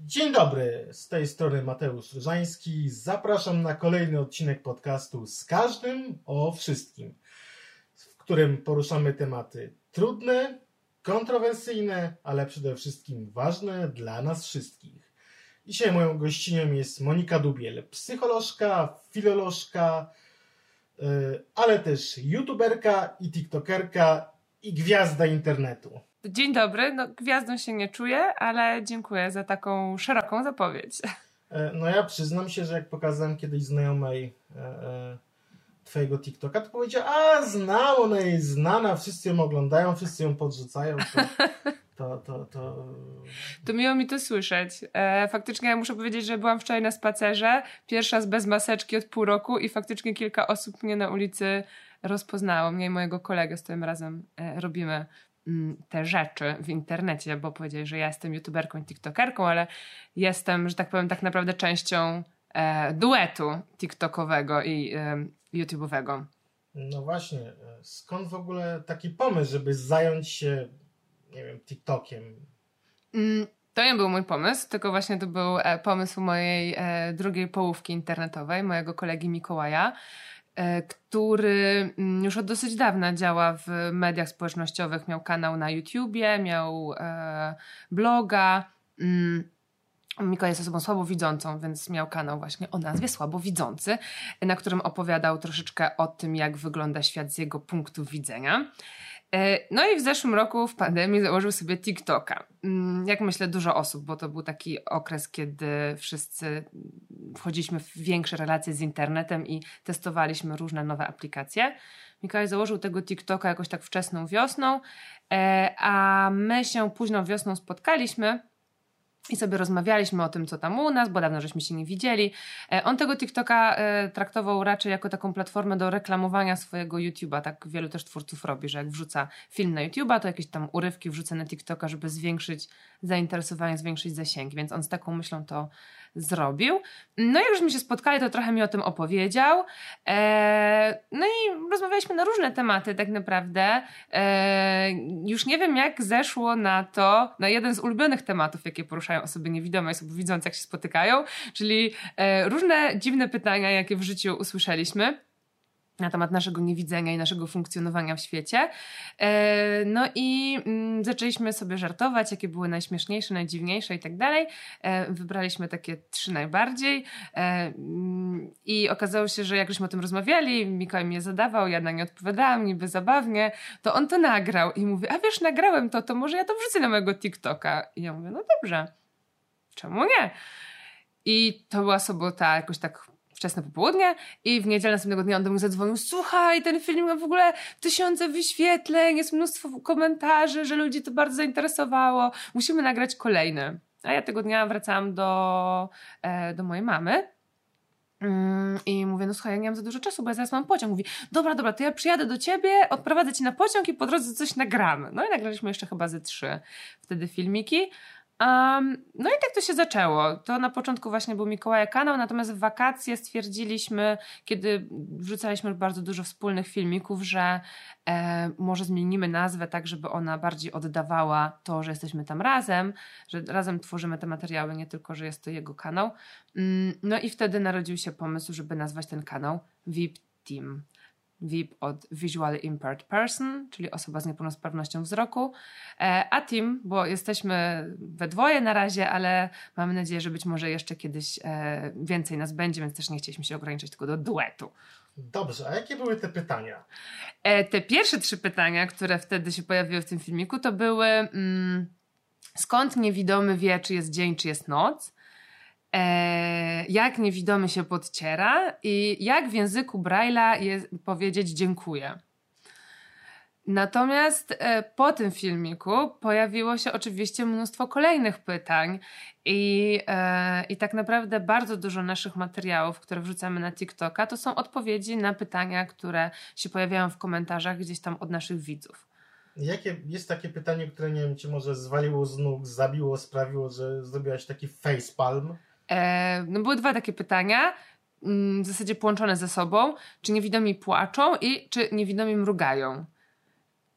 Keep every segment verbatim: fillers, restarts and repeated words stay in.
Dzień dobry, z tej strony Mateusz Różański. Zapraszam na kolejny odcinek podcastu Z każdym o wszystkim, w którym poruszamy tematy trudne, kontrowersyjne, ale przede wszystkim ważne dla nas wszystkich. Dzisiaj moją gościnią jest Monika Dubiel, psycholożka, filolożka, ale też youtuberka i tiktokerka i gwiazda internetu. Dzień dobry, no gwiazdą się nie czuję, ale dziękuję za taką szeroką zapowiedź. No ja przyznam się, że jak pokazałem kiedyś znajomej e, e, twojego TikToka, to powiedziała, a znam, ona jest znana, wszyscy ją oglądają, wszyscy ją podrzucają, to... To, to, to... to miło mi to słyszeć. E, faktycznie ja muszę powiedzieć, że byłam wczoraj na spacerze, pierwsza z bez maseczki od pół roku i faktycznie kilka osób mnie na ulicy rozpoznało, mnie i mojego kolegę, z którym razem e, robimy te rzeczy w internecie, bo powiedzieli, że ja jestem youtuberką i tiktokerką, ale jestem, że tak powiem, tak naprawdę częścią e, duetu tiktokowego i e, youtube'owego. No właśnie, skąd w ogóle taki pomysł, żeby zająć się, nie wiem, TikTokiem? Mm, to nie był mój pomysł, tylko właśnie to był e, pomysł mojej e, drugiej połówki internetowej, mojego kolegi Mikołaja, który już od dosyć dawna działa w mediach społecznościowych. Miał kanał na YouTubie, miał e, bloga. Mikołaj jest osobą słabowidzącą, więc miał kanał właśnie o nazwie Słabowidzący, na którym opowiadał troszeczkę o tym, jak wygląda świat z jego punktu widzenia. No i w zeszłym roku w pandemii założył sobie TikToka. Jak myślę, dużo osób, bo to był taki okres, kiedy wszyscy wchodziliśmy w większe relacje z internetem i testowaliśmy różne nowe aplikacje. Mikołaj założył tego TikToka jakoś tak wczesną wiosną, a my się późną wiosną spotkaliśmy i sobie rozmawialiśmy o tym, co tam u nas, bo dawno żeśmy się nie widzieli. On tego TikToka traktował raczej jako taką platformę do reklamowania swojego YouTube'a. Tak wielu też twórców robi, że jak wrzuca film na YouTube'a, to jakieś tam urywki wrzuca na TikToka, żeby zwiększyć zainteresowanie, zwiększyć zasięgi. Więc on z taką myślą to zrobił. No i jak żeśmy się spotkali, to trochę mi o tym opowiedział. Eee, no i rozmawialiśmy na różne tematy tak naprawdę. Eee, już nie wiem, jak zeszło na to, na jeden z ulubionych tematów, jakie poruszają osoby niewidome i osoby widzące, jak się spotykają, czyli e, różne dziwne pytania, jakie w życiu usłyszeliśmy na temat naszego niewidzenia i naszego funkcjonowania w świecie. E, no i mm, zaczęliśmy sobie żartować, jakie były najśmieszniejsze, najdziwniejsze i tak dalej. E, wybraliśmy takie trzy najbardziej e, mm, i okazało się, że jak żeśmy o tym rozmawiali, Mikołaj mnie zadawał, ja na nie odpowiadałam, niby zabawnie, to on to nagrał i mówi, a wiesz, nagrałem to, to może ja to wrzucę na mojego TikToka. I ja mówię, no dobrze, czemu nie? I to była sobota, jakoś tak wczesne popołudnie i w niedzielę następnego dnia on do mnie zadzwonił, słuchaj, ten film ma w ogóle tysiące wyświetleń, jest mnóstwo komentarzy, że ludzi to bardzo zainteresowało, musimy nagrać kolejny. A ja tego dnia wracałam do, e, do mojej mamy mm, i mówię, no słuchaj, ja nie mam za dużo czasu, bo ja zaraz mam pociąg. Mówi, dobra, dobra, to ja przyjadę do ciebie, odprowadzę cię na pociąg i po drodze coś nagramy. No i nagraliśmy jeszcze chyba ze trzy wtedy filmiki. Um, no i tak to się zaczęło. To na początku właśnie był Mikołaja kanał, natomiast w wakacje stwierdziliśmy, kiedy wrzucaliśmy bardzo dużo wspólnych filmików, że e, może zmienimy nazwę tak, żeby ona bardziej oddawała to, że jesteśmy tam razem, że razem tworzymy te materiały, nie tylko, że jest to jego kanał. Um, no i wtedy narodził się pomysł, żeby nazwać ten kanał V I P Team. V I P od Visually Impaired Person, czyli osoba z niepełnosprawnością wzroku, a Team, bo jesteśmy we dwoje na razie, ale mamy nadzieję, że być może jeszcze kiedyś więcej nas będzie, więc też nie chcieliśmy się ograniczyć tylko do duetu. Dobrze, a jakie były te pytania? Te pierwsze trzy pytania, które wtedy się pojawiły w tym filmiku, to były mm, skąd niewidomy wie, czy jest dzień, czy jest noc? Jak niewidomy się podciera i jak w języku Braille'a jest powiedzieć dziękuję. Natomiast po tym filmiku pojawiło się oczywiście mnóstwo kolejnych pytań i, i tak naprawdę bardzo dużo naszych materiałów, które wrzucamy na TikToka, to są odpowiedzi na pytania, które się pojawiają w komentarzach gdzieś tam od naszych widzów. Jakie jest takie pytanie, które nie wiem, cię może zwaliło z nóg, zabiło, sprawiło, że zrobiłaś taki facepalm? E, no były dwa takie pytania, w zasadzie połączone ze sobą. Czy niewidomi płaczą i czy niewidomi mrugają?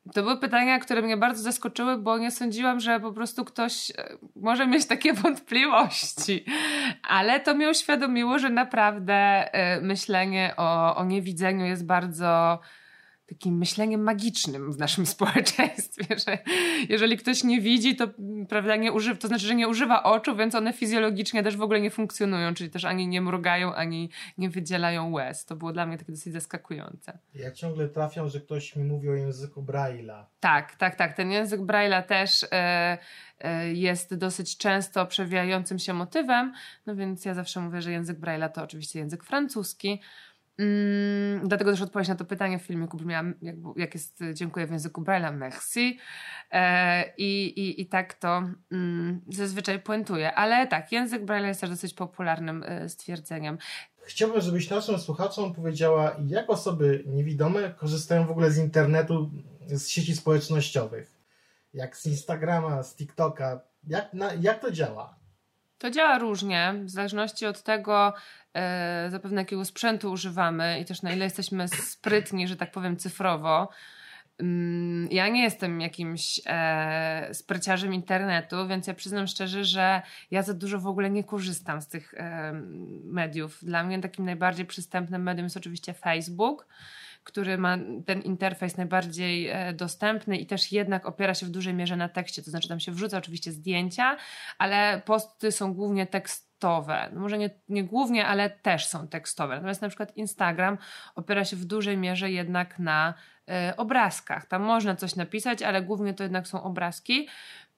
To były pytania, które mnie bardzo zaskoczyły, bo nie sądziłam, że po prostu ktoś może mieć takie wątpliwości. Ale to mnie uświadomiło, że naprawdę myślenie o, o niewidzeniu jest bardzo takim myśleniem magicznym w naszym społeczeństwie, że jeżeli ktoś nie widzi, to prawda, nie używa, to znaczy, że nie używa oczu, więc one fizjologicznie też w ogóle nie funkcjonują, czyli też ani nie mrugają, ani nie wydzielają łez. To było dla mnie takie dosyć zaskakujące. Ja ciągle trafiam, że ktoś mi mówi o języku Braille'a. Tak, tak, tak. Ten język Braille'a też e, e, jest dosyć często przewijającym się motywem, no więc ja zawsze mówię, że język Braille'a to oczywiście język francuski. Mm, dlatego też odpowiedź na to pytanie w filmiku brzmiała, jak, jak jest dziękuję w języku Braille'a, merci. E, i, i, I tak to mm, zazwyczaj puentuje. Ale tak, język Braille'a jest też dosyć popularnym e, stwierdzeniem. Chciałbym, żebyś naszym słuchaczom powiedziała, jak osoby niewidome korzystają w ogóle z internetu, z sieci społecznościowych. Jak z Instagrama, z TikToka. Jak, na, jak to działa? To działa różnie, w zależności od tego, e, zapewne jakiego sprzętu używamy i też na ile jesteśmy sprytni, że tak powiem, cyfrowo. Mm, ja nie jestem jakimś e, spryciarzem internetu, więc ja przyznam szczerze, że ja za dużo w ogóle nie korzystam z tych e, mediów. Dla mnie takim najbardziej przystępnym medium jest oczywiście Facebook, który ma ten interfejs najbardziej e, dostępny i też jednak opiera się w dużej mierze na tekście, to znaczy tam się wrzuca oczywiście zdjęcia, ale posty są głównie tekstowe. No może nie, nie głównie, ale też są tekstowe. Natomiast na przykład Instagram opiera się w dużej mierze jednak na e, obrazkach. Tam można coś napisać, ale głównie to jednak są obrazki.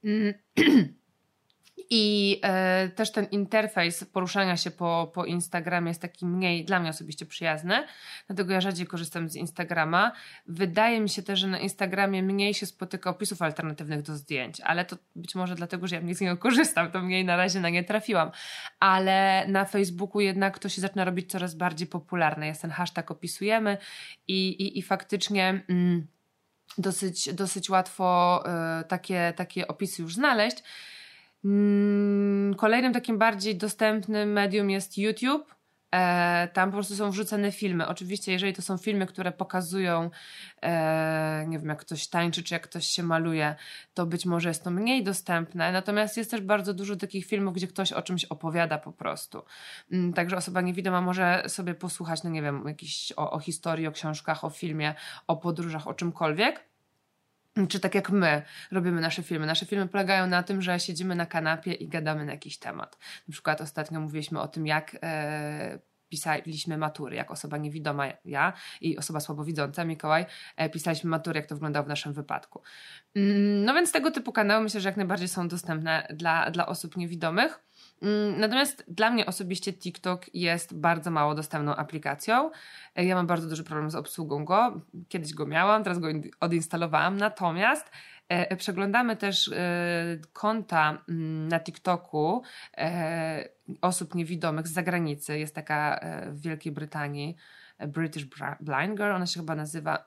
I e, też ten interfejs poruszania się po, po Instagramie jest taki mniej, dla mnie osobiście przyjazny, dlatego ja rzadziej korzystam z Instagrama. Wydaje mi się też, że na Instagramie mniej się spotyka opisów alternatywnych do zdjęć, ale to być może dlatego, że ja mniej z niego korzystam, to mniej na razie na nie trafiłam. Ale na Facebooku jednak to się zaczyna robić coraz bardziej popularne. Jest ten hashtag opisujemy i, i, i faktycznie mm, dosyć, dosyć łatwo y, takie, takie opisy już znaleźć. Kolejnym takim bardziej dostępnym medium jest YouTube. E, tam po prostu są wrzucane filmy. Oczywiście jeżeli to są filmy, które pokazują e, nie wiem, jak ktoś tańczy, czy jak ktoś się maluje, to być może jest to mniej dostępne. Natomiast jest też bardzo dużo takich filmów, gdzie ktoś o czymś opowiada po prostu. Mm, także osoba niewidoma może sobie posłuchać, no nie wiem, jakiś o, o historii, o książkach, o filmie, o podróżach, o czymkolwiek. Czy tak jak my robimy nasze filmy. Nasze filmy polegają na tym, że siedzimy na kanapie i gadamy na jakiś temat. Na przykład ostatnio mówiliśmy o tym, jak e, pisaliśmy matury, jak osoba niewidoma, ja i osoba słabowidząca, Mikołaj, e, pisaliśmy matury, jak to wyglądało w naszym wypadku. No więc tego typu kanały myślę, że jak najbardziej są dostępne dla, dla osób niewidomych. Natomiast dla mnie osobiście TikTok jest bardzo mało dostępną aplikacją. Ja mam bardzo duży problem z obsługą go. Kiedyś go miałam, teraz go odinstalowałam. Natomiast e, przeglądamy też e, konta m, na TikToku e, osób niewidomych z zagranicy. Jest taka e, w Wielkiej Brytanii British Blind Girl, ona się chyba nazywa...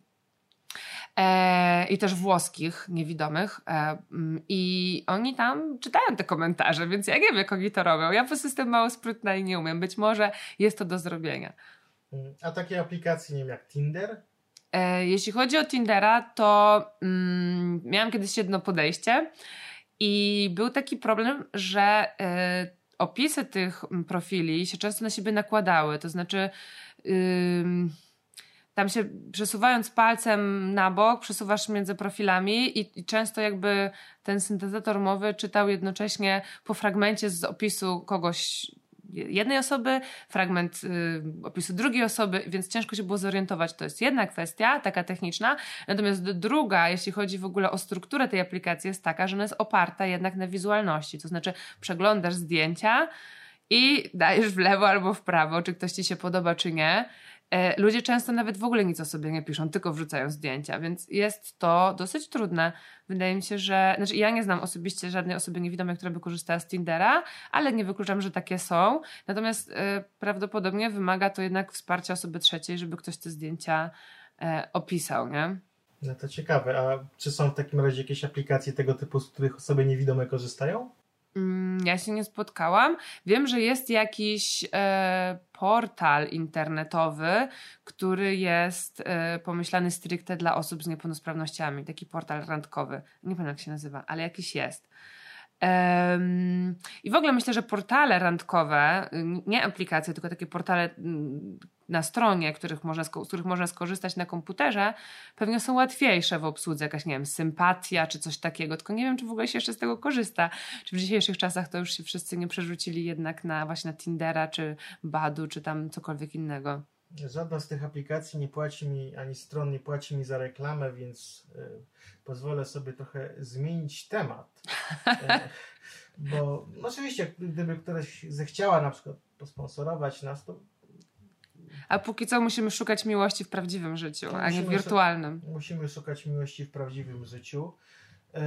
E, i też włoskich niewidomych e, i oni tam czytają te komentarze, więc ja nie wiem, jak oni to robią. Ja po prostu jestem mało sprytna i nie umiem. Być może jest to do zrobienia. A takie aplikacje, nie wiem, jak Tinder? E, jeśli chodzi o Tindera, to mm, miałam kiedyś jedno podejście i był taki problem, że e, opisy tych profili się często na siebie nakładały. To znaczy... Yy, Tam się przesuwając palcem na bok, przesuwasz między profilami i, i często jakby ten syntezator mowy czytał jednocześnie po fragmencie z opisu kogoś, jednej osoby, fragment y, opisu drugiej osoby, więc ciężko się było zorientować. To jest jedna kwestia, taka techniczna. Natomiast druga, jeśli chodzi w ogóle o strukturę tej aplikacji, jest taka, że ona jest oparta jednak na wizualności. To znaczy przeglądasz zdjęcia i dajesz w lewo albo w prawo, czy ktoś ci się podoba, czy nie. Ludzie często nawet w ogóle nic o sobie nie piszą, tylko wrzucają zdjęcia, więc jest to dosyć trudne. Wydaje mi się, że... Znaczy ja nie znam osobiście żadnej osoby niewidomej, która by korzystała z Tindera, ale nie wykluczam, że takie są. Natomiast e, prawdopodobnie wymaga to jednak wsparcia osoby trzeciej, żeby ktoś te zdjęcia e, opisał, nie? No to ciekawe. A czy są w takim razie jakieś aplikacje tego typu, z których osoby niewidome korzystają? Ja się nie spotkałam. Wiem, że jest jakiś e, portal internetowy, który jest e, pomyślany stricte dla osób z niepełnosprawnościami. Taki portal randkowy. Nie pamiętam, jak się nazywa, ale jakiś jest. Um, I w ogóle myślę, że portale randkowe, nie aplikacje, tylko takie portale na stronie, których można, z których można skorzystać na komputerze, pewnie są łatwiejsze w obsłudze, jakaś, nie wiem, sympatia czy coś takiego, tylko nie wiem, czy w ogóle się jeszcze z tego korzysta. Czy w dzisiejszych czasach to już się wszyscy nie przerzucili jednak na właśnie na Tindera, czy Badu, czy tam cokolwiek innego. Żadna z tych aplikacji nie płaci mi, ani stron nie płaci mi za reklamę, więc y, pozwolę sobie trochę zmienić temat. Y, bo no oczywiście, gdyby ktoś zechciała na przykład posponsorować nas, to... A póki co musimy szukać miłości w prawdziwym życiu, a nie w wirtualnym. Musimy szukać miłości w prawdziwym życiu. Y,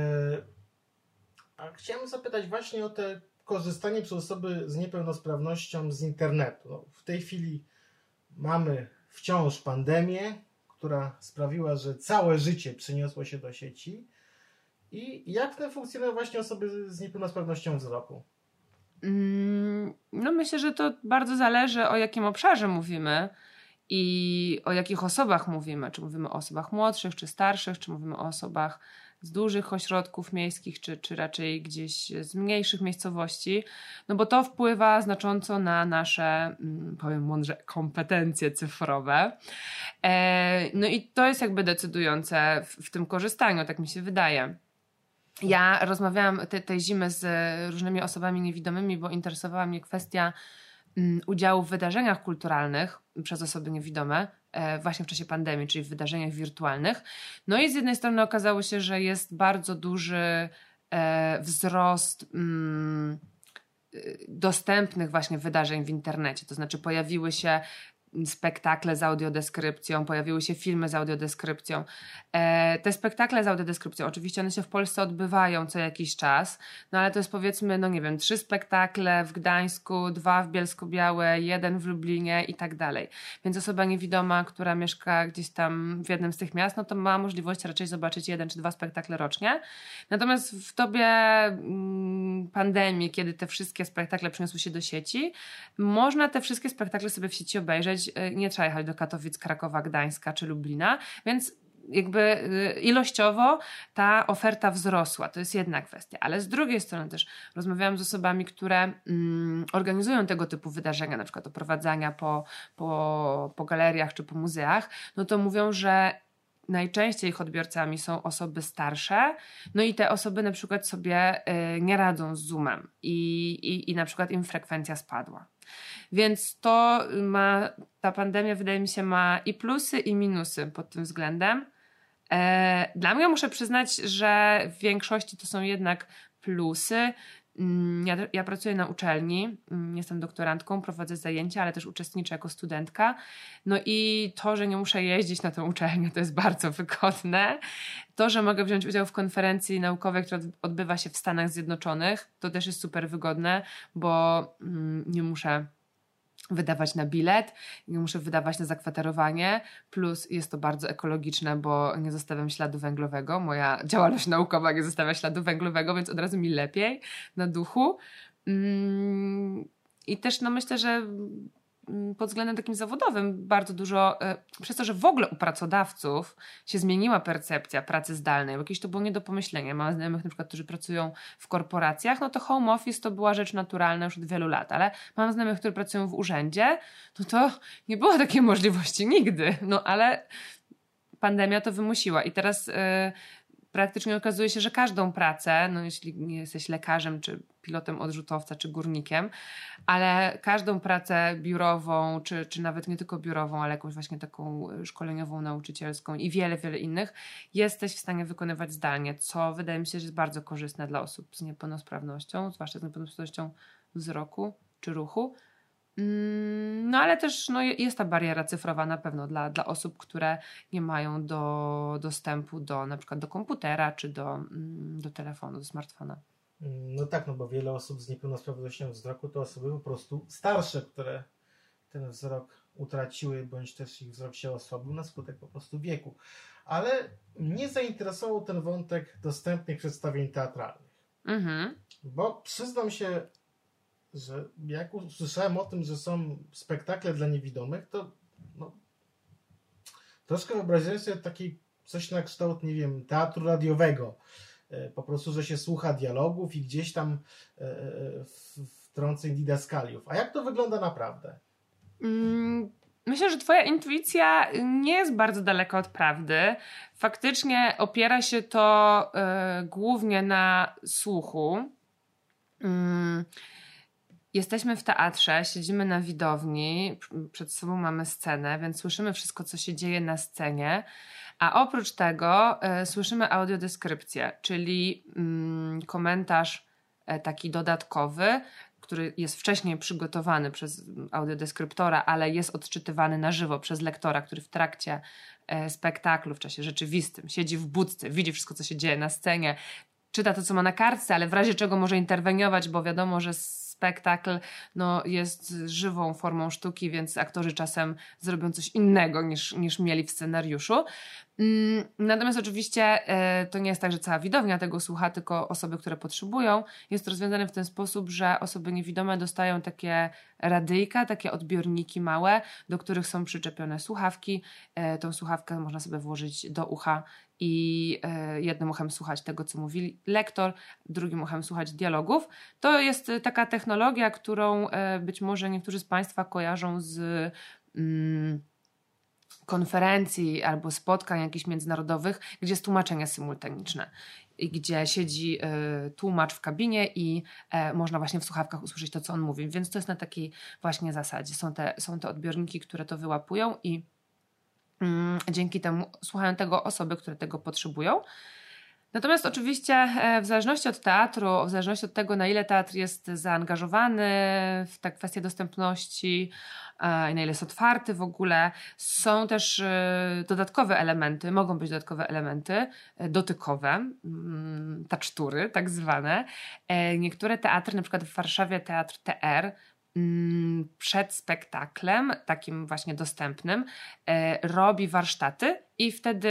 a chciałem zapytać właśnie o te korzystanie przez osoby z niepełnosprawnością z internetu. No, w tej chwili mamy wciąż pandemię, która sprawiła, że całe życie przeniosło się do sieci. I jak w tym funkcjonują właśnie osoby z niepełnosprawnością wzroku? Mm, no myślę, że to bardzo zależy, o jakim obszarze mówimy i o jakich osobach mówimy. Czy mówimy o osobach młodszych, czy starszych, czy mówimy o osobach z dużych ośrodków miejskich, czy, czy raczej gdzieś z mniejszych miejscowości, no bo to wpływa znacząco na nasze, powiem mądrze, kompetencje cyfrowe. E, no i to jest jakby decydujące w, w tym korzystaniu, tak mi się wydaje. Ja rozmawiałam te, tej zimy z różnymi osobami niewidomymi, bo interesowała mnie kwestia um, udziału w wydarzeniach kulturalnych przez osoby niewidome, e, właśnie w czasie pandemii, czyli w wydarzeniach wirtualnych. No i z jednej strony okazało się, że jest bardzo duży e, wzrost mm, dostępnych właśnie wydarzeń w internecie, to znaczy pojawiły się spektakle z audiodeskrypcją, pojawiły się filmy z audiodeskrypcją. E, te spektakle z audiodeskrypcją, oczywiście one się w Polsce odbywają co jakiś czas, no ale to jest powiedzmy, no nie wiem, trzy spektakle w Gdańsku, dwa w Bielsko-Białej, jeden w Lublinie i tak dalej. Więc osoba niewidoma, która mieszka gdzieś tam w jednym z tych miast, no to ma możliwość raczej zobaczyć jeden czy dwa spektakle rocznie. Natomiast w dobie mm, pandemii, kiedy te wszystkie spektakle przeniosły się do sieci, można te wszystkie spektakle sobie w sieci obejrzeć. Nie trzeba jechać do Katowic, Krakowa, Gdańska czy Lublina, więc jakby ilościowo ta oferta wzrosła. To jest jedna kwestia, ale z drugiej strony też rozmawiałam z osobami, które mm, organizują tego typu wydarzenia, na przykład oprowadzania po, po, po galeriach czy po muzeach, no to mówią, że najczęściej ich odbiorcami są osoby starsze, no i te osoby na przykład sobie y, nie radzą z Zoomem i, i, i na przykład im frekwencja spadła. Więc to ma, ta pandemia wydaje mi się ma i plusy i minusy pod tym względem. E, dla mnie muszę przyznać, że w większości to są jednak plusy. Ja, ja pracuję na uczelni, jestem doktorantką, prowadzę zajęcia, ale też uczestniczę jako studentka. No i to, że nie muszę jeździć na tę uczelnię, to jest bardzo wygodne. To, że mogę wziąć udział w konferencji naukowej, która odbywa się w Stanach Zjednoczonych, to też jest super wygodne, bo mm, nie muszę wydawać na bilet, nie muszę wydawać na zakwaterowanie, plus jest to bardzo ekologiczne, bo nie zostawiam śladu węglowego, moja działalność naukowa nie zostawia śladu węglowego, więc od razu mi lepiej na duchu. I też no myślę, że pod względem takim zawodowym bardzo dużo, przez to, że w ogóle u pracodawców się zmieniła percepcja pracy zdalnej, bo jakieś to było nie do pomyślenia. Mam znajomych na przykład, którzy pracują w korporacjach, no to home office to była rzecz naturalna już od wielu lat, ale mam znajomych, którzy pracują w urzędzie, no to nie było takiej możliwości nigdy, no ale pandemia to wymusiła i teraz yy, praktycznie okazuje się, że każdą pracę, no jeśli nie jesteś lekarzem, czy pilotem odrzutowca, czy górnikiem, ale każdą pracę biurową, czy, czy nawet nie tylko biurową, ale jakąś właśnie taką szkoleniową, nauczycielską i wiele, wiele innych, jesteś w stanie wykonywać zdalnie, co wydaje mi się, że jest bardzo korzystne dla osób z niepełnosprawnością, zwłaszcza z niepełnosprawnością wzroku czy ruchu. No ale też no, jest ta bariera cyfrowa na pewno dla, dla osób, które nie mają do, dostępu do na przykład do komputera czy do, do telefonu, do smartfona. No tak, no bo wiele osób z niepełnosprawnością wzroku to osoby po prostu starsze, które ten wzrok utraciły, bądź też ich wzrok się osłabił na skutek po prostu wieku. Ale mnie zainteresował ten wątek dostępnych przedstawień teatralnych. Mhm. Bo przyznam się, że jak usłyszałem o tym, że są spektakle dla niewidomych, to no, troszkę wyobraziłem sobie taki coś na kształt, nie wiem, teatru radiowego. Po prostu, że się słucha dialogów i gdzieś tam wtrąceń didaskaliów. A jak to wygląda naprawdę? Myślę, że twoja intuicja nie jest bardzo daleka od prawdy. Faktycznie opiera się to y, głównie na słuchu. Y, Jesteśmy w teatrze, siedzimy na widowni, przed sobą mamy scenę, więc słyszymy wszystko, co się dzieje na scenie, a oprócz tego y, słyszymy audiodeskrypcję, czyli y, komentarz y, taki dodatkowy, który jest wcześniej przygotowany przez audiodeskryptora, ale jest odczytywany na żywo przez lektora, który w trakcie y, spektaklu, w czasie rzeczywistym siedzi w budce, widzi wszystko, co się dzieje na scenie, czyta to, co ma na kartce, ale w razie czego może interweniować, bo wiadomo, że spektakl no, jest żywą formą sztuki, więc aktorzy czasem zrobią coś innego niż, niż mieli w scenariuszu. Natomiast oczywiście to nie jest tak, że cała widownia tego słucha, tylko osoby, które potrzebują. Jest to rozwiązane w ten sposób, że osoby niewidome dostają takie radyjka, takie odbiorniki małe, do których są przyczepione słuchawki. Tą słuchawkę można sobie włożyć do ucha i jednym uchem słuchać tego, co mówi lektor, drugim uchem słuchać dialogów. To jest taka technologia, którą być może niektórzy z Państwa kojarzą z mm, konferencji albo spotkań jakichś międzynarodowych, gdzie jest tłumaczenie symultaniczne i gdzie siedzi y, tłumacz w kabinie i y, można właśnie w słuchawkach usłyszeć to, co on mówi. Więc to jest na takiej właśnie zasadzie. Są te, są te odbiorniki, które to wyłapują i dzięki temu słuchają tego osoby, które tego potrzebują. Natomiast oczywiście w zależności od teatru, w zależności od tego, na ile teatr jest zaangażowany w te kwestie dostępności i na ile jest otwarty w ogóle, są też dodatkowe elementy, mogą być dodatkowe elementy dotykowe, tacztury tak zwane. Niektóre teatry, na przykład w Warszawie Teatr T R, przed spektaklem, takim właśnie dostępnym, e, robi warsztaty i wtedy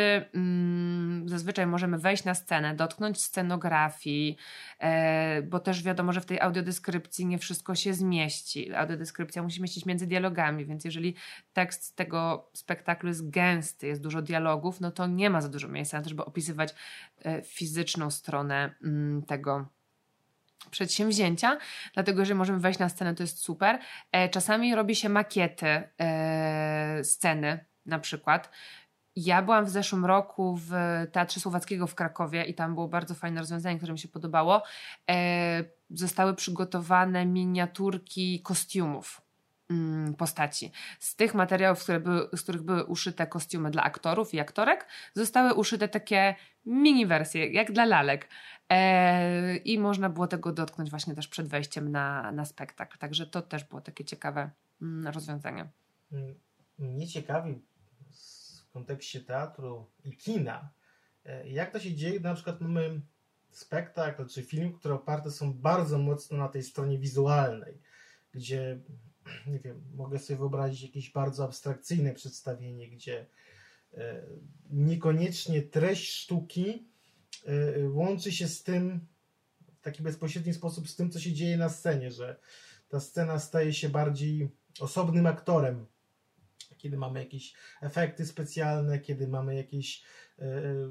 mm, zazwyczaj możemy wejść na scenę, dotknąć scenografii, e, bo też wiadomo, że w tej audiodeskrypcji nie wszystko się zmieści. Audiodeskrypcja musi mieścić między dialogami, więc jeżeli tekst tego spektaklu jest gęsty, jest dużo dialogów, no to nie ma za dużo miejsca na to, żeby opisywać e, fizyczną stronę mm, tego przedsięwzięcia, dlatego że możemy wejść na scenę, to jest super. E, czasami robi się makiety e, sceny na przykład. Ja byłam w zeszłym roku w Teatrze Słowackiego w Krakowie i tam było bardzo fajne rozwiązanie, które mi się podobało. E, zostały przygotowane miniaturki kostiumów postaci. Z tych materiałów, które były, z których były uszyte kostiumy dla aktorów i aktorek, zostały uszyte takie mini wersje, jak dla lalek. E, I można było tego dotknąć właśnie też przed wejściem na, na spektakl. Także to też było takie ciekawe mm, rozwiązanie. Mnie ciekawi w kontekście teatru i kina, jak to się dzieje, na przykład mamy spektakl czy film, które oparte są bardzo mocno na tej stronie wizualnej, gdzie nie wiem, mogę sobie wyobrazić jakieś bardzo abstrakcyjne przedstawienie, gdzie e, niekoniecznie treść sztuki e, łączy się z tym w taki bezpośredni sposób z tym, co się dzieje na scenie, że ta scena staje się bardziej osobnym aktorem, kiedy mamy jakieś efekty specjalne, kiedy mamy jakieś e,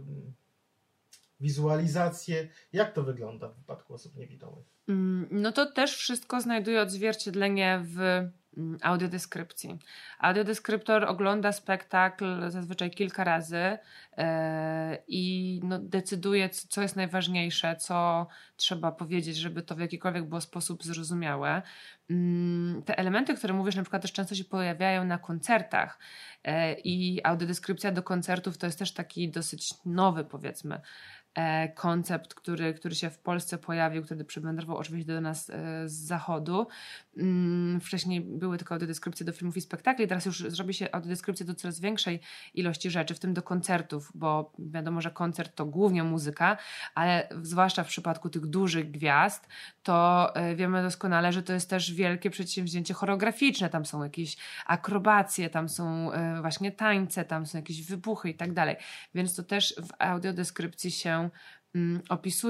wizualizacje. Jak to wygląda w przypadku osób niewidomych? No to też wszystko znajduje odzwierciedlenie w audiodeskrypcji. Audiodeskryptor ogląda spektakl zazwyczaj kilka razy yy, i no decyduje, co jest najważniejsze, co trzeba powiedzieć, żeby to w jakikolwiek było sposób zrozumiałe. Yy, te elementy, które mówisz, na przykład też często się pojawiają na koncertach yy, i audiodeskrypcja do koncertów to jest też taki dosyć nowy, powiedzmy, koncept, który, który się w Polsce pojawił, który przywędrował oczywiście do nas z zachodu. Wcześniej były tylko audiodeskrypcje do filmów i spektakli, teraz już zrobi się audiodeskrypcję do coraz większej ilości rzeczy, w tym do koncertów, bo wiadomo, że koncert to głównie muzyka, ale zwłaszcza w przypadku tych dużych gwiazd, to wiemy doskonale, że to jest też wielkie przedsięwzięcie choreograficzne, tam są jakieś akrobacje, tam są właśnie tańce, tam są jakieś wybuchy i tak dalej, więc to też w audiodeskrypcji się opisuje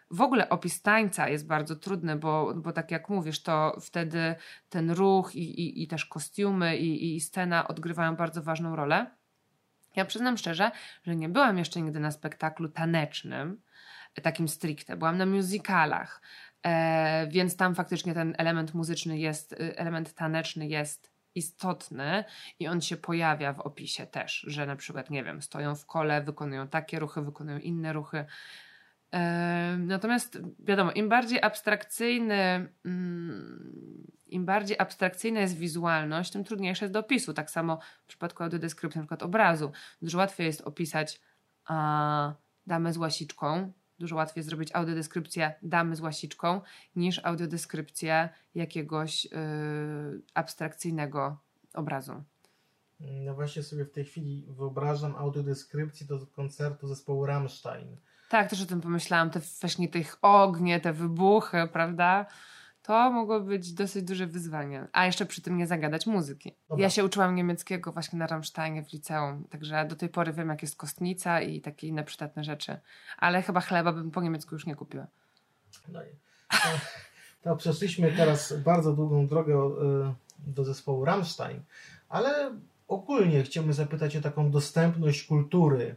w ogóle opis tańca jest bardzo trudny, bo, bo tak jak mówisz, to wtedy ten ruch i, i, i też kostiumy i, i scena odgrywają bardzo ważną rolę. Ja przyznam szczerze, że nie byłam jeszcze nigdy na spektaklu tanecznym, takim stricte. Byłam na musicalach, e, więc tam faktycznie ten element muzyczny jest, element taneczny jest istotny i on się pojawia w opisie też, że na przykład, nie wiem, stoją w kole, wykonują takie ruchy, wykonują inne ruchy. E, natomiast wiadomo, im bardziej abstrakcyjny, mm, im bardziej abstrakcyjna jest wizualność, tym trudniejsze jest do opisu. Tak samo w przypadku audiodeskrypcji, na przykład obrazu. Dużo łatwiej jest opisać a, damę z łasiczką, dużo łatwiej zrobić audiodeskrypcję damy z łasiczką niż audiodeskrypcję jakiegoś yy, abstrakcyjnego obrazu. No właśnie sobie w tej chwili wyobrażam audiodeskrypcję do koncertu zespołu Rammstein. Tak, też o tym pomyślałam. Te właśnie tych ognie, te wybuchy, prawda? To mogło być dosyć duże wyzwanie. A jeszcze przy tym nie zagadać muzyki. Dobra. Ja się uczyłam niemieckiego właśnie na Rammsteinie w liceum, także do tej pory wiem, jak jest kostnica i takie inne przydatne rzeczy. Ale chyba chleba bym po niemiecku już nie kupiła. No i to, to przeszliśmy teraz bardzo długą drogę do zespołu Rammstein, ale ogólnie chciałbym zapytać o taką dostępność kultury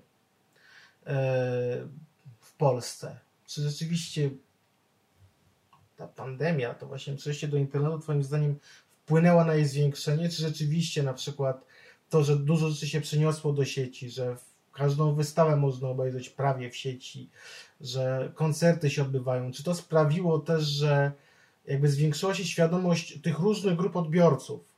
w Polsce. Czy rzeczywiście ta pandemia, to właśnie przejście do internetu twoim zdaniem wpłynęła na jej zwiększenie, czy rzeczywiście na przykład to, że dużo rzeczy się przeniosło do sieci, że każdą wystawę można obejrzeć prawie w sieci, że koncerty się odbywają, czy to sprawiło też, że jakby zwiększyła się świadomość tych różnych grup odbiorców?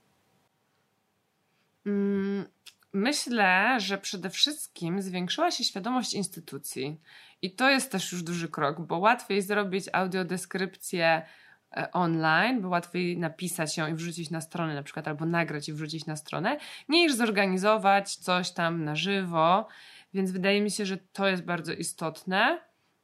Mm, myślę, że przede wszystkim zwiększyła się świadomość instytucji. I to jest też już duży krok, bo łatwiej zrobić audiodeskrypcję online, bo łatwiej napisać ją i wrzucić na stronę na przykład, albo nagrać i wrzucić na stronę, niż zorganizować coś tam na żywo, więc wydaje mi się, że to jest bardzo istotne.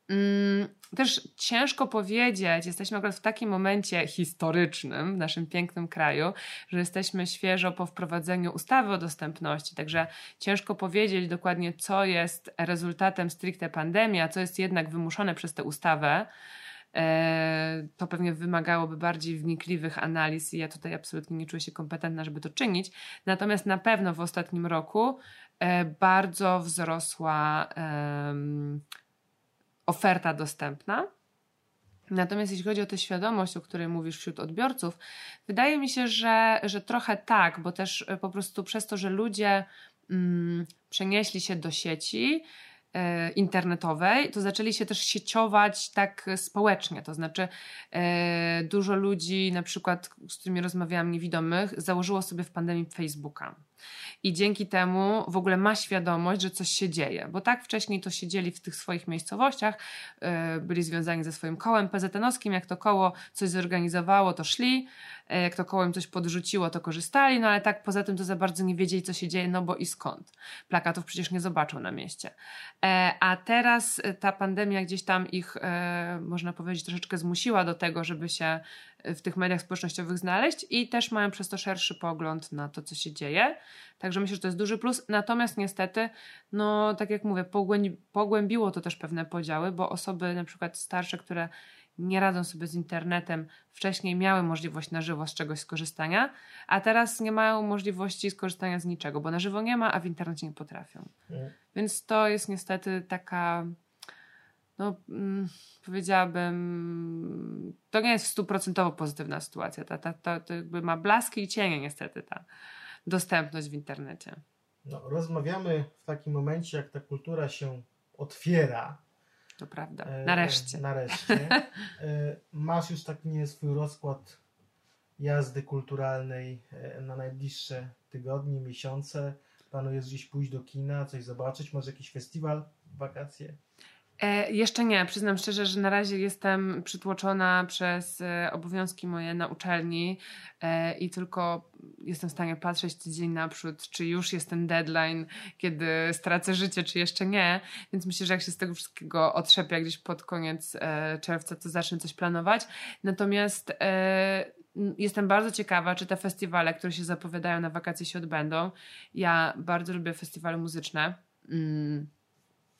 Też ciężko powiedzieć, jesteśmy akurat w takim momencie historycznym w naszym pięknym kraju, że jesteśmy świeżo po wprowadzeniu ustawy o dostępności, także ciężko powiedzieć dokładnie, co jest rezultatem stricte pandemii, a co jest jednak wymuszone przez tę ustawę. To pewnie wymagałoby bardziej wnikliwych analiz i ja tutaj absolutnie nie czuję się kompetentna, żeby to czynić. Natomiast na pewno w ostatnim roku bardzo wzrosła um, oferta dostępna. Natomiast jeśli chodzi o tę świadomość, o której mówisz wśród odbiorców, wydaje mi się, że, że trochę tak, bo też po prostu przez to, że ludzie mm, przenieśli się do sieci e, internetowej, to zaczęli się też sieciować tak społecznie, to znaczy e, dużo ludzi, na przykład z którymi rozmawiałam, niewidomych, założyło sobie w pandemii Facebooka. I dzięki temu w ogóle ma świadomość, że coś się dzieje, bo tak wcześniej to siedzieli w tych swoich miejscowościach, yy, byli związani ze swoim kołem P Z N-owskim, jak to koło coś zorganizowało, to szli, yy, jak to koło im coś podrzuciło, to korzystali, no ale tak poza tym to za bardzo nie wiedzieli, co się dzieje, no bo i skąd. Plakatów przecież nie zobaczą na mieście. Yy, a teraz ta pandemia gdzieś tam ich, yy, można powiedzieć, troszeczkę zmusiła do tego, żeby się w tych mediach społecznościowych znaleźć i też mają przez to szerszy pogląd na to, co się dzieje. Także myślę, że to jest duży plus. Natomiast niestety, no tak jak mówię, pogłębi- pogłębiło to też pewne podziały, bo osoby na przykład starsze, które nie radzą sobie z internetem, wcześniej miały możliwość na żywo z czegoś skorzystania, a teraz nie mają możliwości skorzystania z niczego, bo na żywo nie ma, a w internecie nie potrafią. Mm. Więc to jest niestety taka... No, mm, powiedziałabym, to nie jest stuprocentowo pozytywna sytuacja. Ta, ta, ta, to jakby ma blaski i cienie niestety ta dostępność w internecie. No, rozmawiamy w takim momencie, jak ta kultura się otwiera. To prawda. Nareszcie. E, nareszcie. E, masz już taki nie swój rozkład jazdy kulturalnej e, na najbliższe tygodnie, miesiące. Planujesz gdzieś pójść do kina, coś zobaczyć? Może jakiś festiwal, wakacje? E, jeszcze nie, przyznam szczerze, że na razie jestem przytłoczona przez e, obowiązki moje na uczelni e, i tylko jestem w stanie patrzeć tydzień naprzód, czy już jest ten deadline, kiedy stracę życie, czy jeszcze nie, więc myślę, że jak się z tego wszystkiego otrzepię gdzieś pod koniec e, czerwca, to zacznę coś planować. Natomiast e, jestem bardzo ciekawa, czy te festiwale, które się zapowiadają na wakacje, się odbędą. Ja bardzo lubię festiwale muzyczne. Mm.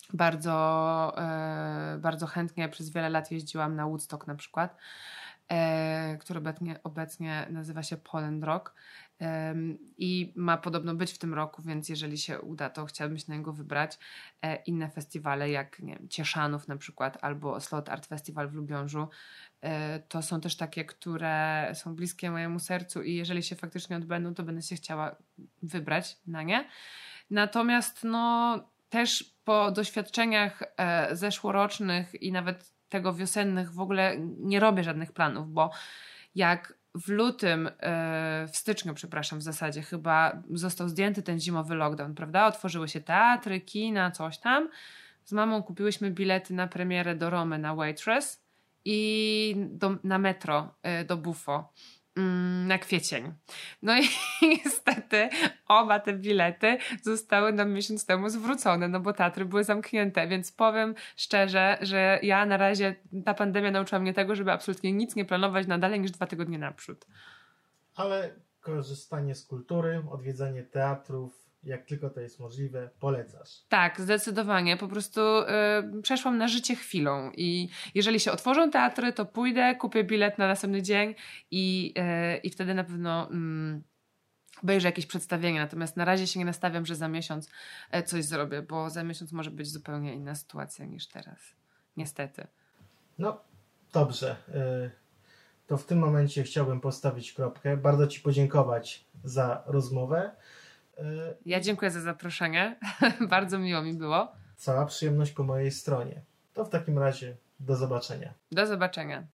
Bardzo, e, bardzo chętnie przez wiele lat jeździłam na Woodstock na przykład, e, który obecnie, obecnie nazywa się Poland Rock e, i ma podobno być w tym roku, więc jeżeli się uda, to chciałabym się na niego wybrać. E, inne festiwale jak nie wiem, Cieszanów na przykład albo Slot Art Festival w Lubiążu, e, to są też takie, które są bliskie mojemu sercu i jeżeli się faktycznie odbędą, to będę się chciała wybrać na nie. Natomiast no też po doświadczeniach e, zeszłorocznych i nawet tego wiosennych w ogóle nie robię żadnych planów, bo jak w lutym, e, w styczniu, przepraszam, w zasadzie chyba został zdjęty ten zimowy lockdown, prawda? Otworzyły się teatry, kina, coś tam. Z mamą kupiłyśmy bilety na premierę do Romy na Waitress i do, na metro e, do Buffo na kwiecień. No i niestety oba te bilety zostały nam miesiąc temu zwrócone, no bo teatry były zamknięte, więc powiem szczerze, że ja na razie, ta pandemia nauczyła mnie tego, żeby absolutnie nic nie planować na dalej niż dwa tygodnie naprzód. Ale korzystanie z kultury, odwiedzanie teatrów, jak tylko to jest możliwe, polecasz. Tak, zdecydowanie. Po prostu y, przeszłam na życie chwilą i jeżeli się otworzą teatry, to pójdę, kupię bilet na następny dzień i, y, i wtedy na pewno y, obejrzę jakieś przedstawienie. Natomiast na razie się nie nastawiam, że za miesiąc y, coś zrobię, bo za miesiąc może być zupełnie inna sytuacja niż teraz. Niestety. No, dobrze. Y, to w tym momencie chciałbym postawić kropkę. Bardzo Ci podziękować za rozmowę. Ja dziękuję za zaproszenie. Bardzo miło mi było. Cała przyjemność po mojej stronie. To w takim razie do zobaczenia. Do zobaczenia.